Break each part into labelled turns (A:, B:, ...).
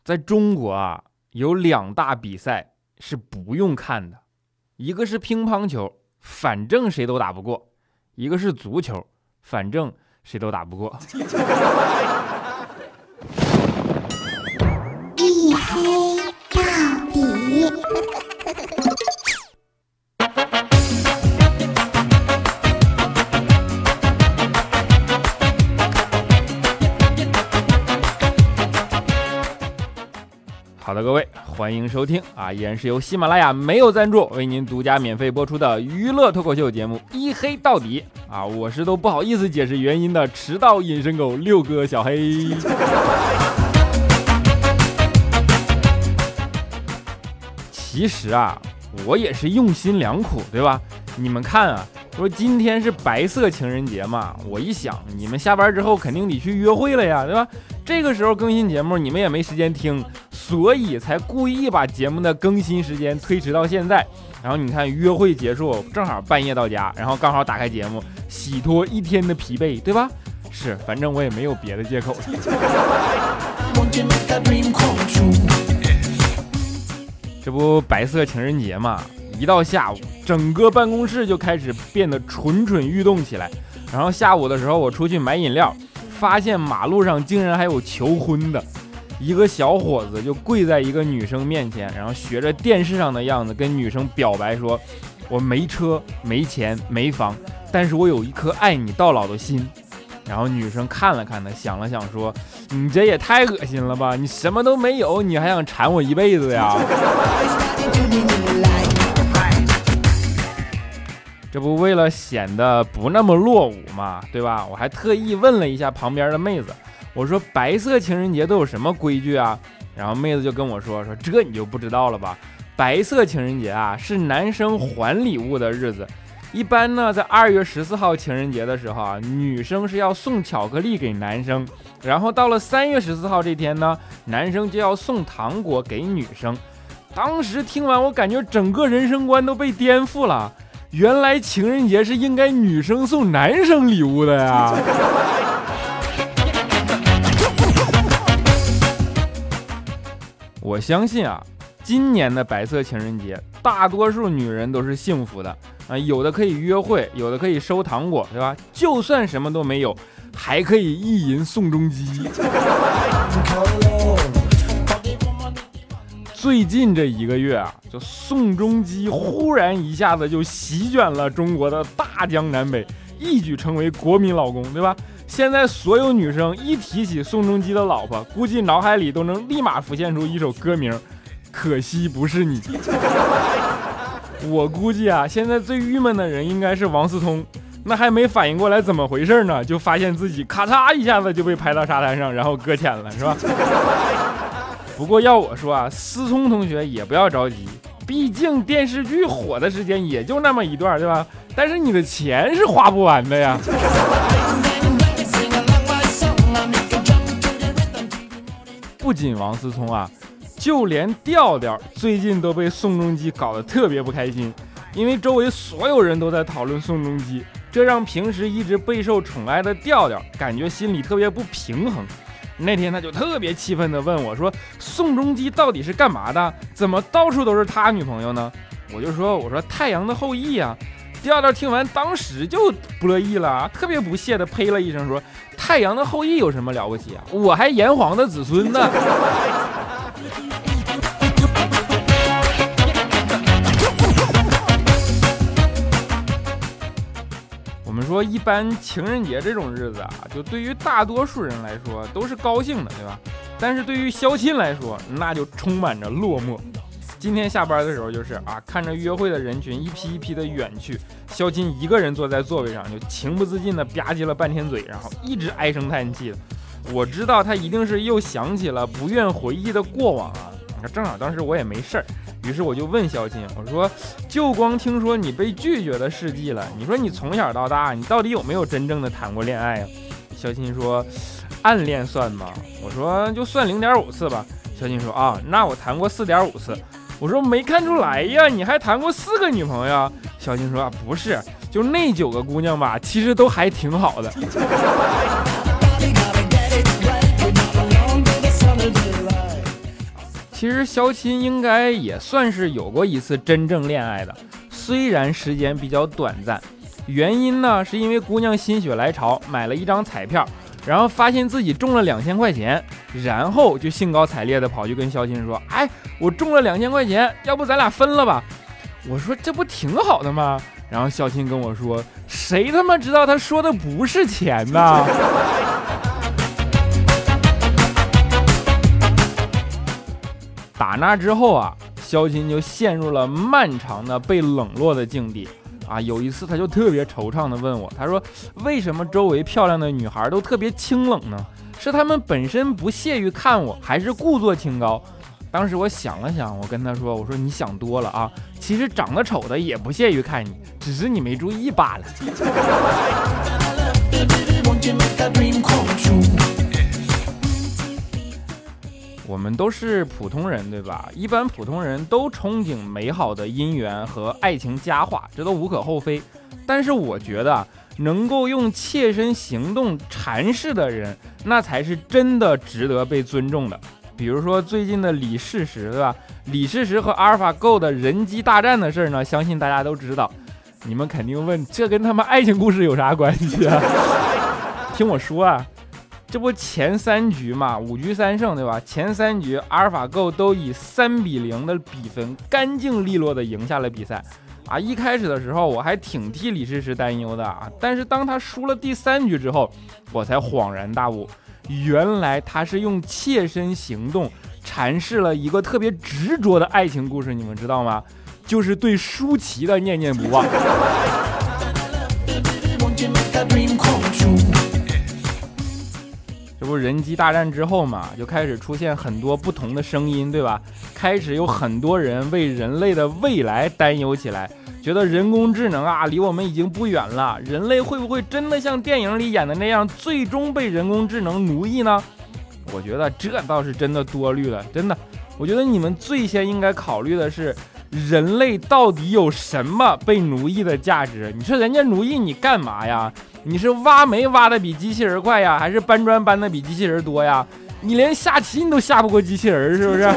A: 在中国啊，有2大比赛是不用看的，一个是乒乓球，反正谁都打不过；一个是足球，反正谁都打不过。
B: 一黑到底。
A: 好的，各位，欢迎收听依然是由喜马拉雅没有赞助为您独家免费播出的娱乐脱口秀节目《一黑到底》我是都不好意思解释原因的迟到隐身狗六哥小黑。其实我也是用心良苦，对吧？你们看说今天是白色情人节嘛，我一想你们下班之后肯定得去约会了呀，对吧？这个时候更新节目你们也没时间听，所以才故意把节目的更新时间推迟到现在。然后你看约会结束正好半夜到家，然后刚好打开节目，洗脱一天的疲惫，对吧？是，反正我也没有别的借口。这不白色情人节嘛，一到下午整个办公室就开始变得蠢蠢欲动起来。然后下午的时候我出去买饮料，发现马路上竟然还有求婚的，一个小伙子就跪在一个女生面前，然后学着电视上的样子跟女生表白说，我没车没钱没房，但是我有一颗爱你到老的心。然后女生看了看他，想了想说，你这也太恶心了吧，你什么都没有，你还想缠我一辈子呀？这不为了显得不那么落伍嘛，对吧？我还特意问了一下旁边的妹子，我说白色情人节都有什么规矩啊？然后妹子就跟我说这你就不知道了吧？白色情人节是男生还礼物的日子。一般呢，在2月14号情人节的时候女生是要送巧克力给男生，然后到了3月14号这天呢，男生就要送糖果给女生。当时听完我感觉整个人生观都被颠覆了，原来情人节是应该女生送男生礼物的呀。我相信今年的白色情人节大多数女人都是幸福的有的可以约会，有的可以收糖果，对吧？就算什么都没有，还可以意淫宋仲基。最近这1个月就宋仲基忽然一下子就席卷了中国的大江南北，一举成为国民老公，对吧？现在所有女生一提起宋仲基的老婆，估计脑海里都能立马浮现出一首歌名，可惜不是你。我估计现在最郁闷的人应该是王思聪，那还没反应过来怎么回事呢，就发现自己咔嚓一下子就被拍到沙滩上，然后搁浅了，是吧？不过要我说思聪同学也不要着急，毕竟电视剧火的时间也就那么一段，对吧？但是你的钱是花不完的呀。不仅王思聪就连调调最近都被宋仲基搞得特别不开心，因为周围所有人都在讨论宋仲基，这让平时一直备受宠爱的调调感觉心里特别不平衡。那天他就特别气愤地问我说，宋仲基到底是干嘛的？怎么到处都是他女朋友呢？我说太阳的后裔调调听完当时就不乐意了，特别不屑地呸了一声说，太阳的后裔有什么了不起我还炎黄的子孙呢。我们说一般情人节这种日子就对于大多数人来说都是高兴的，对吧？但是对于肖钦来说，那就充满着落寞。今天下班的时候就是看着约会的人群一批一批的远去，肖钦一个人坐在座位上，就情不自禁的吧唧了半天嘴，然后一直唉声叹气的。我知道他一定是又想起了不愿回忆的过往正好当时我也没事儿，于是我就问肖钦，我说就光听说你被拒绝的事迹了，你说你从小到大你到底有没有真正的谈过恋爱肖钦说暗恋算吗？我说就算0.5次吧。肖钦说那我谈过4.5次。我说没看出来呀，你还谈过4个女朋友？肖钦说不是，就那9个姑娘吧，其实都还挺好的。 其实肖钦应该也算是有过一次真正恋爱的，虽然时间比较短暂。原因呢，是因为姑娘心血来潮买了一张彩票，然后发现自己中了2000块钱，然后就兴高采烈的跑去跟肖钦说：“哎，我中了2000块钱，要不咱俩分了吧？”我说：“这不挺好的吗？”然后肖钦跟我说：“谁他妈知道他说的不是钱呢？”打那之后啊，肖钦就陷入了漫长的被冷落的境地啊。有一次他就特别惆怅的问我，他说：“为什么周围漂亮的女孩都特别清冷呢？是她们本身不屑于看我，还是故作清高？”当时我想了想，我跟他说：“我说你想多了啊，其实长得丑的也不屑于看你，只是你没注意罢了。”我们都是普通人，对吧？一般普通人都憧憬美好的姻缘和爱情佳话，这都无可厚非。但是我觉得能够用切身行动阐释的人，那才是真的值得被尊重的。比如说最近的李世石，对吧？李世石和阿尔法狗的人机大战的事呢，相信大家都知道。你们肯定问，这跟他们爱情故事有啥关系啊？听我说啊，这不前3局嘛，5局3胜，对吧？前3局阿尔法狗都以3-0的比分干净利落的赢下了比赛啊！一开始的时候我还挺替李世石担忧的啊，但是当他输了第3局之后，我才恍然大悟，原来他是用切身行动阐释了一个特别执着的爱情故事，你们知道吗？就是对舒淇的念念不忘。这不人机大战之后嘛，就开始出现很多不同的声音，对吧？开始有很多人为人类的未来担忧起来，觉得人工智能啊离我们已经不远了，人类会不会真的像电影里演的那样，最终被人工智能奴役呢？我觉得这倒是真的多虑了，真的。我觉得你们最先应该考虑的是，人类到底有什么被奴役的价值？你说人家奴役你干嘛呀？你是挖煤挖的比机器人快呀，还是搬砖搬的比机器人多呀？你连下棋你都下不过机器人，是不是？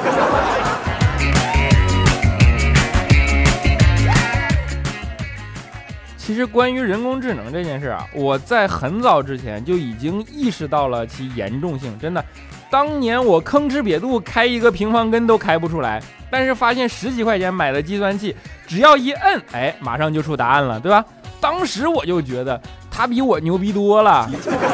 A: 其实关于人工智能这件事啊，我在很早之前就已经意识到了其严重性，真的。当年我吭哧瘪肚开一个平方根都开不出来，但是发现10几块钱买的计算器，只要一摁，哎，马上就出答案了，对吧？当时我就觉得他比我牛逼多了。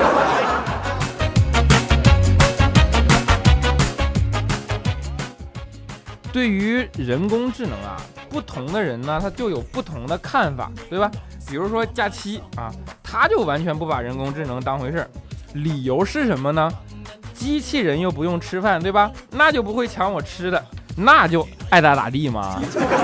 A: 对于人工智能啊，不同的人呢，他就有不同的看法，对吧？比如说假期啊，他就完全不把人工智能当回事，理由是什么呢？机器人又不用吃饭，对吧？那就不会抢我吃的，那就爱咋咋地嘛。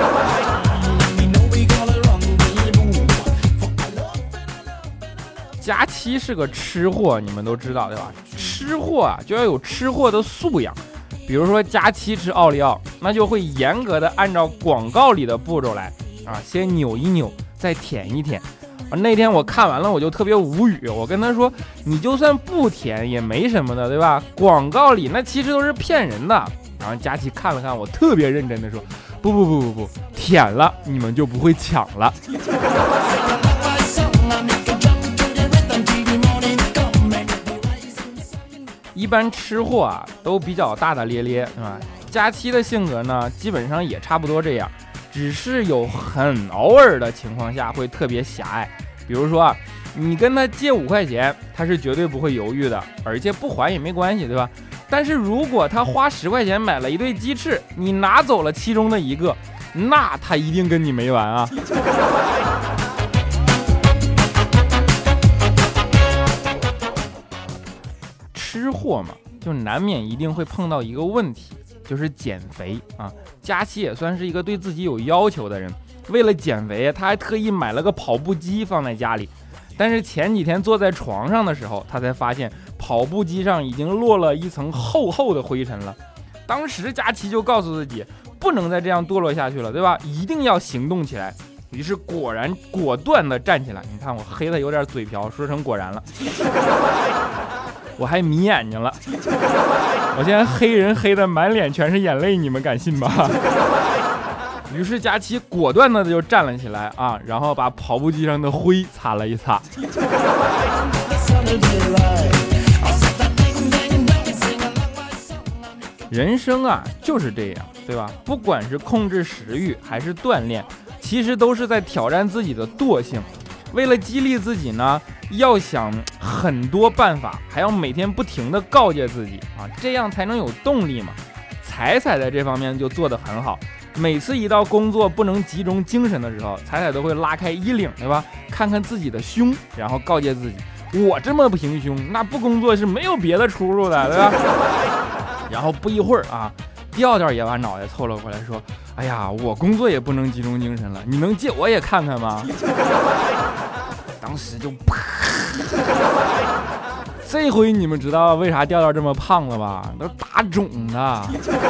A: 佳期是个吃货，你们都知道对吧？吃货啊，就要有吃货的素养。比如说佳期吃奥利奥，那就会严格的按照广告里的步骤来啊，先扭一扭，再舔一舔。那天我看完了，我就特别无语。我跟他说，你就算不舔也没什么的，对吧？广告里那其实都是骗人的。然后佳琪看了看我，特别认真的说，不，舔了你们就不会抢了。一般吃货啊都比较大大咧咧，是吧？佳期的性格呢，基本上也差不多这样。只是有很偶尔的情况下会特别狭隘，比如说啊，你跟他借5块钱，他是绝对不会犹豫的，而且不还也没关系，对吧？但是如果他花10块钱买了一对鸡翅，你拿走了其中的一个，那他一定跟你没完啊！吃货嘛，就难免一定会碰到一个问题。就是减肥啊，佳期也算是一个对自己有要求的人，为了减肥，他还特意买了个跑步机放在家里。但是前几天坐在床上的时候，他才发现跑步机上已经落了一层厚厚的灰尘了。当时佳期就告诉自己，不能再这样堕落下去了，对吧？一定要行动起来。于是果断的站起来。你看我黑的有点嘴瓢，说成果然了，我还迷眼睛了。 我现在黑人黑的满脸全是眼泪，你们敢信吧？于是佳期果断的就站了起来啊，然后把跑步机上的灰擦了一擦。人生啊就是这样，对吧？不管是控制食欲还是锻炼，其实都是在挑战自己的惰性。为了激励自己呢，要想很多办法，还要每天不停的告诫自己啊，这样才能有动力嘛。彩彩在这方面就做得很好，每次一到工作不能集中精神的时候，彩彩都会拉开衣领，对吧？看看自己的胸，然后告诫自己，我这么平胸，那不工作是没有别的出路的，对吧？然后不一会儿啊，调调也把脑袋凑了过来说，哎呀，我工作也不能集中精神了，你能借我也看看吗？当时就啪，这回你们知道为啥调调这么胖了吧？都打肿了。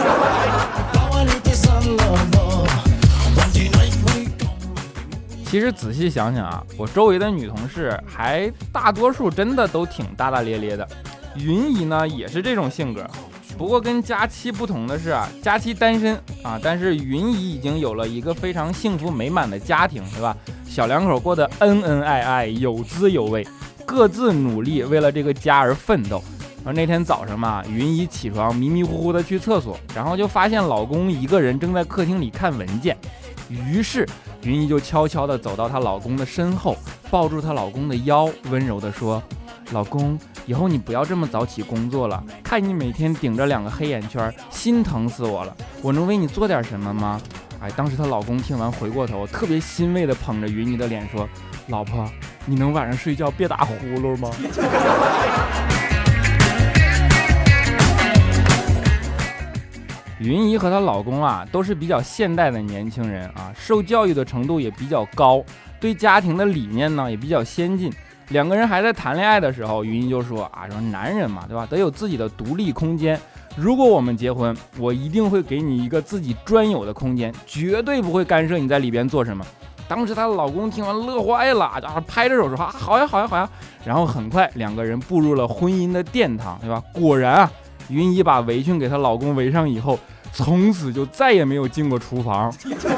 A: 其实仔细想想啊，我周围的女同事还大多数真的都挺大大咧咧的。云姨呢也是这种性格，不过跟佳期不同的是啊，佳期单身啊，但是云姨已经有了一个非常幸福美满的家庭，对吧？小两口过得恩恩爱爱，有滋有味，各自努力为了这个家而奋斗。而那天早上嘛，云姨起床迷迷糊糊的去厕所，然后就发现老公一个人正在客厅里看文件，于是云姨就悄悄地走到她老公的身后，抱住她老公的腰，温柔地说，老公，以后你不要这么早起工作了，看你每天顶着2个黑眼圈，心疼死我了，我能为你做点什么吗？哎，当时她老公听完回过头，特别欣慰地捧着云姨的脸说，老婆，你能晚上睡觉别打呼噜吗？云姨和她老公啊，都是比较现代的年轻人啊，受教育的程度也比较高，对家庭的理念呢也比较先进。2个人还在谈恋爱的时候，云姨就说啊，说男人嘛，对吧，得有自己的独立空间。如果我们结婚，我一定会给你一个自己专有的空间，绝对不会干涉你在里边做什么。当时她老公听完乐坏了，拍着手说，好呀好呀好呀。然后很快2个人步入了婚姻的殿堂，对吧？果然啊，云姨把围裙给她老公围上以后，从此就再也没有进过厨房。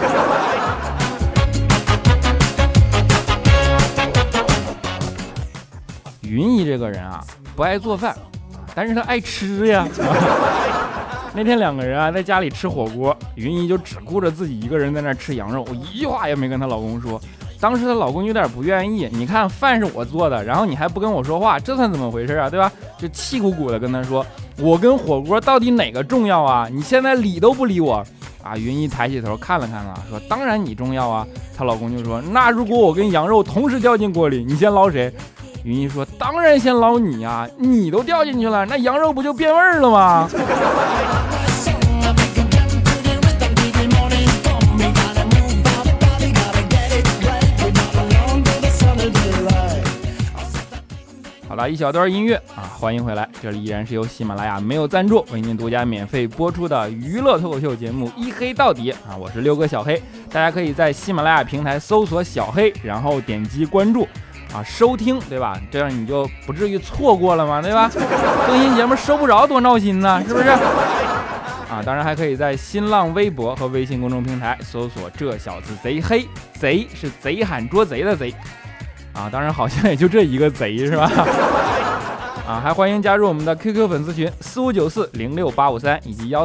A: 云姨这个人啊，不爱做饭，但是她爱吃呀。那天2个人啊在家里吃火锅，云姨就只顾着自己一个人在那吃羊肉，我一句话也没跟她老公说。当时她老公有点不愿意，你看饭是我做的，然后你还不跟我说话，这算怎么回事啊，对吧？就气鼓鼓的跟她说，我跟火锅到底哪个重要啊？你现在理都不理我啊！云姨抬起头看了看了，说当然你重要啊。她老公就说，那如果我跟羊肉同时掉进锅里，你先捞谁？云姨说，当然先捞你啊，你都掉进去了，那羊肉不就变味了吗？好了，一小段音乐啊，欢迎回来，这里依然是由喜马拉雅没有赞助为您独家免费播出的娱乐脱口秀节目一黑到底啊，我是6个小黑，大家可以在喜马拉雅平台搜索小黑，然后点击关注啊，收听，对吧？这样你就不至于错过了嘛，对吧？更新节目收不着多闹心呢，是不是？啊，当然还可以在新浪微博和微信公众平台搜索这小子贼黑，贼是贼喊捉贼的贼啊，当然好像也就这一个贼是吧？啊，还欢迎加入我们的 QQ 粉丝群4594-06853以及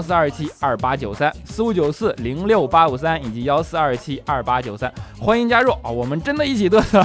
A: 142728893，4594-06853以及142728893，欢迎加入啊！我们真的一起嘚瑟。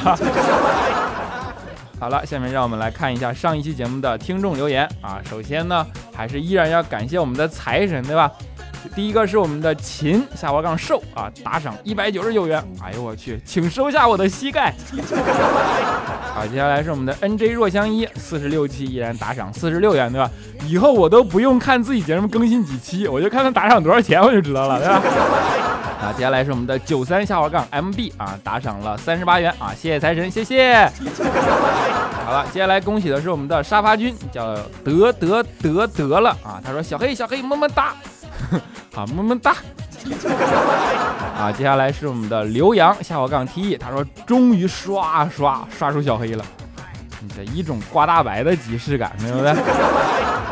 A: 好了，下面让我们来看一下上一期节目的听众留言啊。首先呢，还是依然要感谢我们的财神，对吧？第一个是我们的秦下滑杠瘦啊，打赏199元，哎呦我去，请收下我的膝盖。好，接下来是我们的 NJ 若香一46期依然打赏46元，对吧？以后我都不用看自己节目更新几期，我就看看打赏多少钱我就知道了，对吧？啊，接下来是我们的93下滑杠 MB 啊，打赏了38元啊，谢谢财神，谢谢。好了，接下来恭喜的是我们的沙发君，叫得了啊，他说小黑么么哒。好，么么哒。啊，接下来是我们的刘洋下滑杠 T， 他说终于刷出小黑了，你这一种刮大白的即视感，对不对？啊，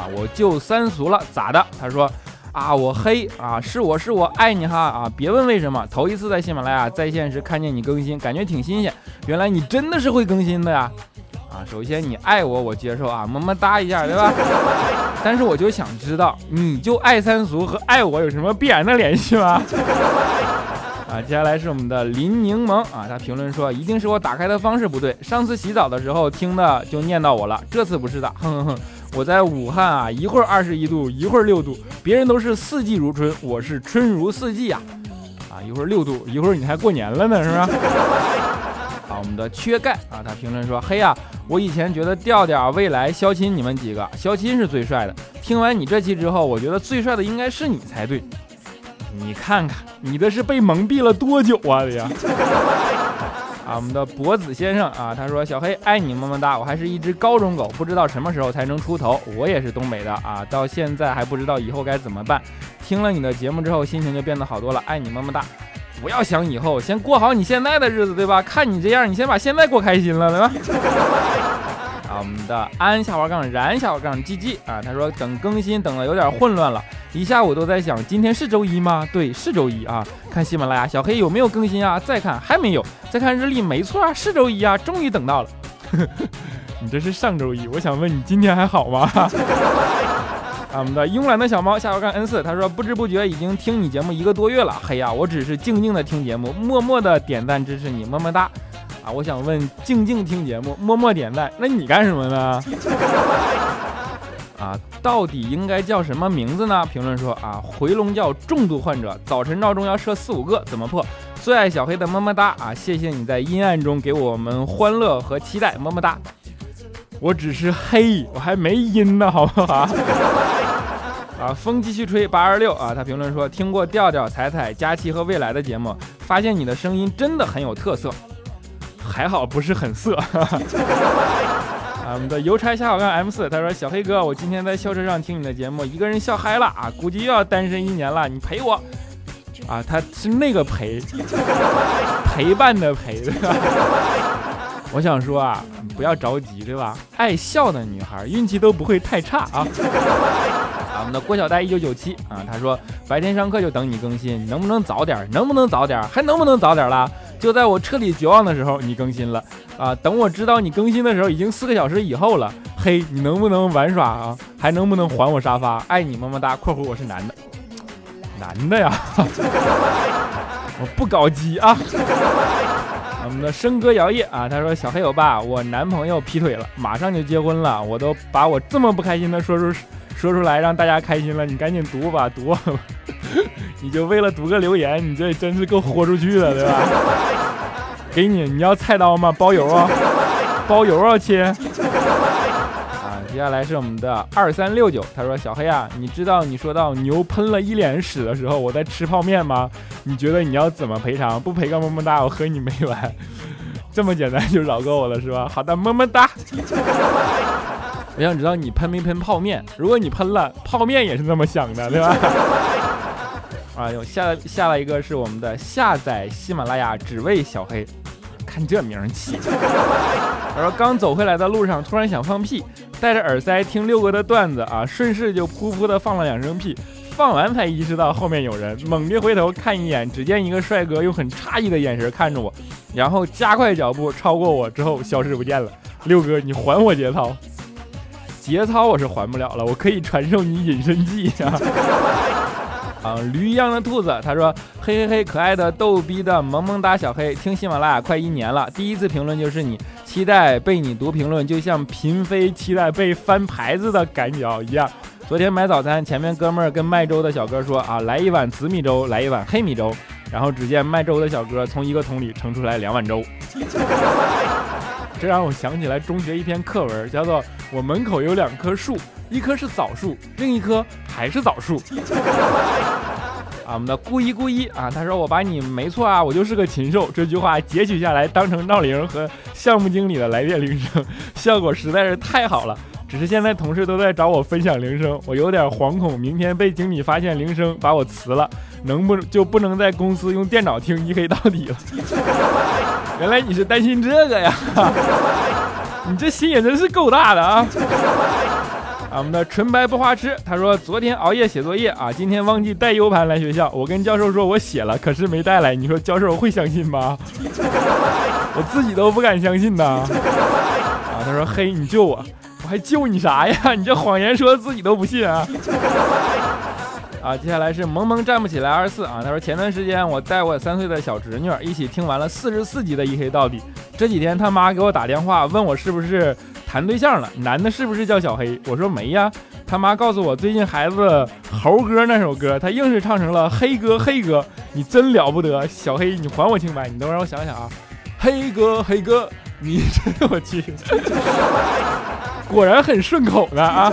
A: 我就三俗了，咋的？他说啊，我黑啊，是我爱你哈啊，别问为什么，头一次在喜马拉雅在线时看见你更新，感觉挺新鲜，原来你真的是会更新的呀。啊，首先你爱我，我接受啊，么么哒一下，对吧？但是我就想知道，你就爱三俗和爱我有什么必然的联系吗？啊，接下来是我们的林柠檬啊，他评论说，一定是我打开的方式不对，上次洗澡的时候听的就念到我了，这次不是的，哼哼哼，我在武汉啊，一会儿21度，一会儿6度，别人都是四季如春，我是春如四季呀，啊，一会儿6度，一会儿你还过年了呢，是吧？啊，我们的缺钙啊，他评论说，嘿呀，我以前觉得调调、未来、肖钦你们几个，肖钦是最帅的，听完你这期之后，我觉得最帅的应该是你才对。你看看，你的是被蒙蔽了多久啊的呀？啊，我们的博子先生啊，他说小黑爱你么么哒，我还是一只高中狗，不知道什么时候才能出头。我也是东北的啊，到现在还不知道以后该怎么办。听了你的节目之后，心情就变得好多了，爱你么么哒。不要想以后，先过好你现在的日子，对吧？看你这样，你先把现在过开心了，对吧？啊，我们的安下滑杠燃下滑杠GG啊，他说等更新等的有点混乱了，一下午都在想今天是周一吗？对，是周一啊。看喜马拉雅小黑有没有更新啊？再看还没有，再看日历没错啊，是周一啊，终于等到了。你这是上周一，我想问你今天还好吗？啊，我们的慵懒的小猫下滑杠N4，他说不知不觉已经听你节目1个多月了，嘿呀，我只是静静的听节目，默默的点赞支持你，么么哒。啊，我想问，静静听节目，默默点赞，那你干什么呢？啊，到底应该叫什么名字呢？评论说啊，回笼觉重度患者，早晨闹钟要设4、5个，怎么破？最爱小黑的么么哒啊！谢谢你在阴暗中给我们欢乐和期待，么么哒。我只是黑，我还没阴呢，好不好？啊，风继续吹826啊，他评论说听过调调、彩彩、佳期和未来的节目，发现你的声音真的很有特色，还好不是很色。我们的邮差下好看 M4， 他说小黑哥，我今天在校车上听你的节目，一个人笑嗨了啊，估计又要单身1年了，你陪我啊，他是那个陪伴的陪，对吧？我想说啊，不要着急，对吧？爱笑的女孩运气都不会太差啊。我们的郭小呆1997啊，他说白天上课就等你更新，能不能早点？能不能早点？还能不能早点啦？就在我彻底绝望的时候，你更新了啊！等我知道你更新的时候，已经4个小时以后了。嘿，你能不能玩耍啊？还能不能还我沙发？爱你么么哒。括弧我是男的，男的呀，我不搞基啊。我们的生哥摇曳啊，他说小黑欧巴，我男朋友劈腿了，马上就结婚了，我都把我这么不开心的说出来，让大家开心了，你赶紧读吧，读吧。你就为了读个留言，你这真是够豁出去的，对吧？给你要菜刀吗？包邮啊，包邮啊，亲。啊，接下来是我们的2369，他说小黑啊，你知道你说到牛喷了1脸屎的时候，我在吃泡面吗？你觉得你要怎么赔偿？不赔个么么哒，我和你没完。这么简单就饶过我了是吧？好的，么么哒。我想知道你喷没喷泡面，如果你喷了，泡面也是那么想的，对吧？啊，下来一个是我们的下载喜马拉雅只为小黑，看这名气。他说刚走回来的路上突然想放屁，戴着耳塞听6哥的段子啊，顺势就噗噗的放了2声屁，放完才意识到后面有人，猛地回头看一眼，只见一个帅哥用很诧异的眼神看着我，然后加快脚步超过我之后消失不见了。6哥，你还我节操？节操我是还不了了，我可以传授你隐身技啊。啊，驴一样的兔子，他说嘿嘿嘿，可爱的逗逼的萌萌哒小黑，听喜马拉雅快1年了，第一次评论就是你，期待被你读评论，就像嫔妃期待被翻牌子的感觉一样。昨天买早餐，前面哥们儿跟卖粥的小哥说啊，来一碗紫米粥，来一碗黑米粥，然后只见卖粥的小哥从一个桶里盛出来2碗粥。这让我想起来中学一篇课文，叫做我门口有2棵树，一棵是枣树，另一棵还是枣树。啊，我们的故意啊，他说我把你没错啊，我就是个禽兽，这句话截取下来当成闹铃和项目经理的来电铃声，效果实在是太好了。只是现在同事都在找我分享铃声，我有点惶恐，明天被经理发现铃声把我辞了，不能在公司用电脑听一黑到底了。原来你是担心这个呀，你这心也真是够大的啊。 我们的纯白不花痴，他说昨天熬夜写作业啊，今天忘记带 U 盘来学校，我跟教授说我写了，可是没带来，你说教授会相信吗？我自己都不敢相信呐。他说嘿，你救我，我还救你啥呀？你这谎言说自己都不信啊。接下来是萌萌站不起来24啊，他说前段时间我带我3岁的小侄女一起听完了44集的一黑到底，这几天他妈给我打电话问我是不是谈对象了，男的是不是叫小黑，我说没呀，他妈告诉我最近孩子猴哥那首歌他硬是唱成了黑哥黑哥，你真了不得，小黑你还我清白，你等会让我想想啊，黑哥黑哥，你这我去，果然很顺口的啊。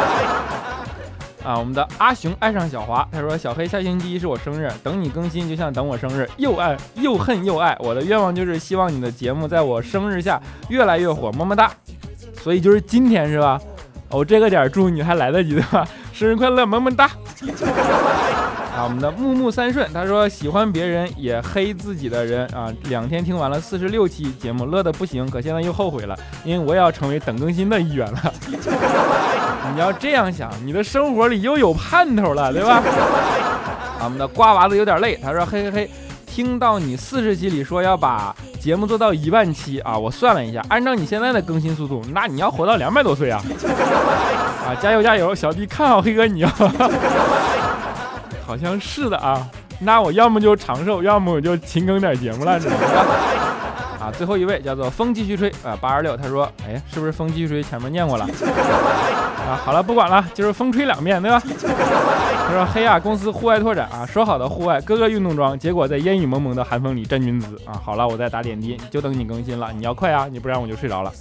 A: 我们的阿雄爱上小华，他说小黑下星期一是我生日，等你更新就像等我生日，又爱又恨又爱，我的愿望就是希望你的节目在我生日下越来越火，么么哒。所以就是今天是吧？这个点祝你还来得及对吧？生日快乐，么么哒。我们的木木三顺，他说喜欢别人也黑自己的人啊，2天听完了46期节目，乐得不行，可现在又后悔了，因为我也要成为等更新的一员了。你要这样想，你的生活里又有盼头了，对吧？我们的瓜娃子有点累，他说嘿嘿嘿，听到你40期里说要把节目做到1万期啊，我算了一下，按照你现在的更新速度，那你要活到200多岁啊！加油加油，小弟看好黑哥你啊！好像是的啊，那我要么就长寿，要么我就勤更点节目了，知道吧？最后一位叫做风继续吹826，他说是不是风继续吹前面念过了好了不管了，就是风吹2遍对吧？他说黑公司户外拓展说好的户外各个运动装，结果在烟雨蒙蒙的寒风里站军姿好了，我在打点滴，就等你更新了，你要快你不然我就睡着了。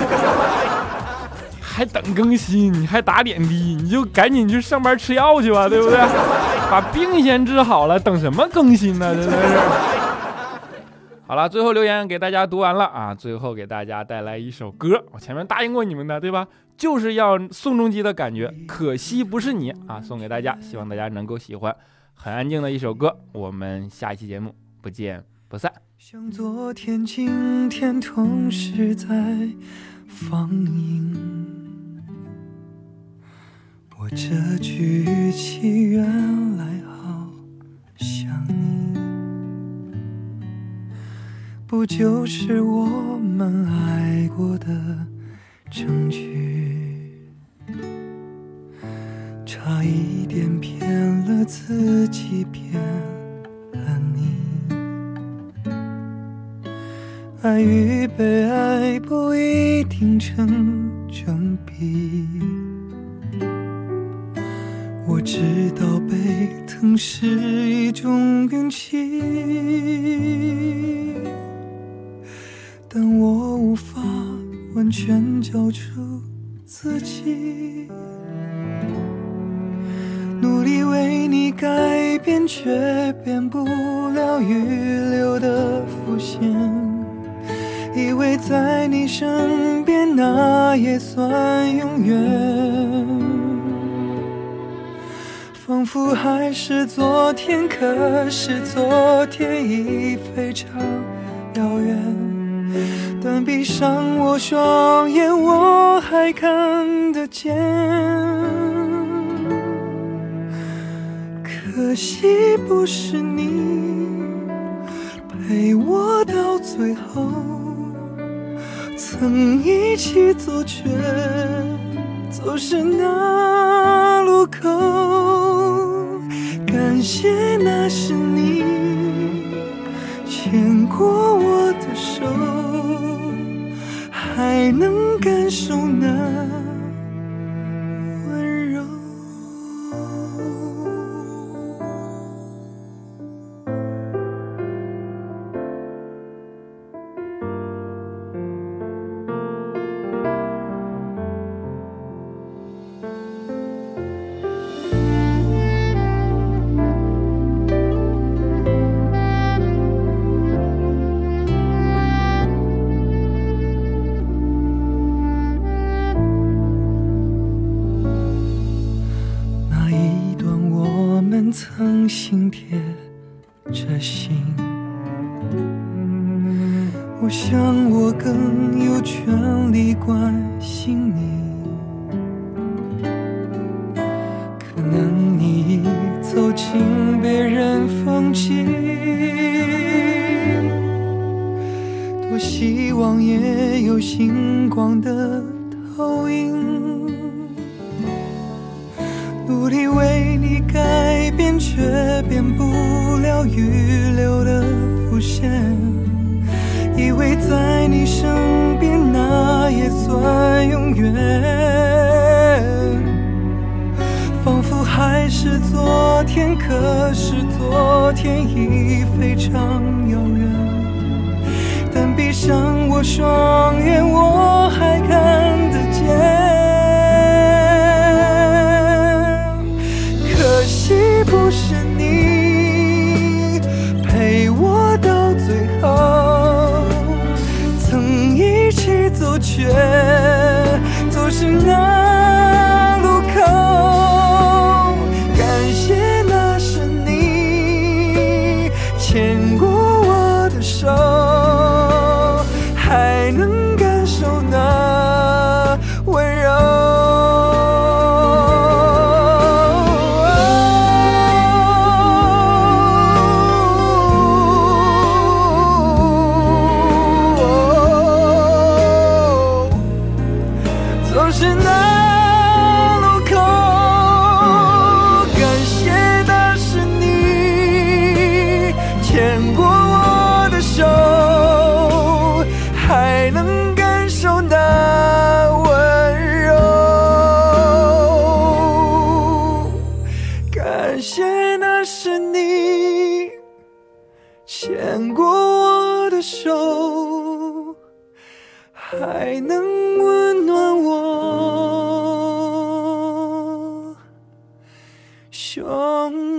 A: 还等更新，你还打点滴，你就赶紧去上班吃药去吧，对不对？把病先治好了，等什么更新呢？真的是。好了，最后留言给大家读完了最后给大家带来一首歌，我前面答应过你们的，对吧？就是要宋仲基的感觉，可惜不是你送给大家，希望大家能够喜欢。很安静的一首歌，我们下一期节目不见不散。
C: 像昨天今天同时在放映，我这句语气原来好像你，不就是我们爱过的证据，差一点骗了自己骗了你，爱与被爱不一定成正比，我知道被疼是一种运气，但我无法完全交出自己，努力为你改变，却变不了预留的伏线，以为在你身边那也算永远，仿佛还是昨天，可是昨天已非常遥远，但闭上我双眼我还看得见，可惜不是你陪我到最后，曾一起走却走失那路口，感谢那是你牵过我的手，还能感受那温柔。曾心贴着心，我想我更有权利关心你， 能你走进别人风景，多希望也有星光的投影，努力为你改变，却变不了预留的伏线，以为在你身边那也算永远，仿佛还是昨天，可是昨天已非常遥远，但闭上我双眼，我还看得见。可惜不是你陪我到最后，曾一起走却走失那路口，感谢那是你牵过我的手，还能感受那温柔。总是那路口，感谢的是你牵过我的手，还能感受那温柔，感谢那是你牵过我的手，还能温暖我胸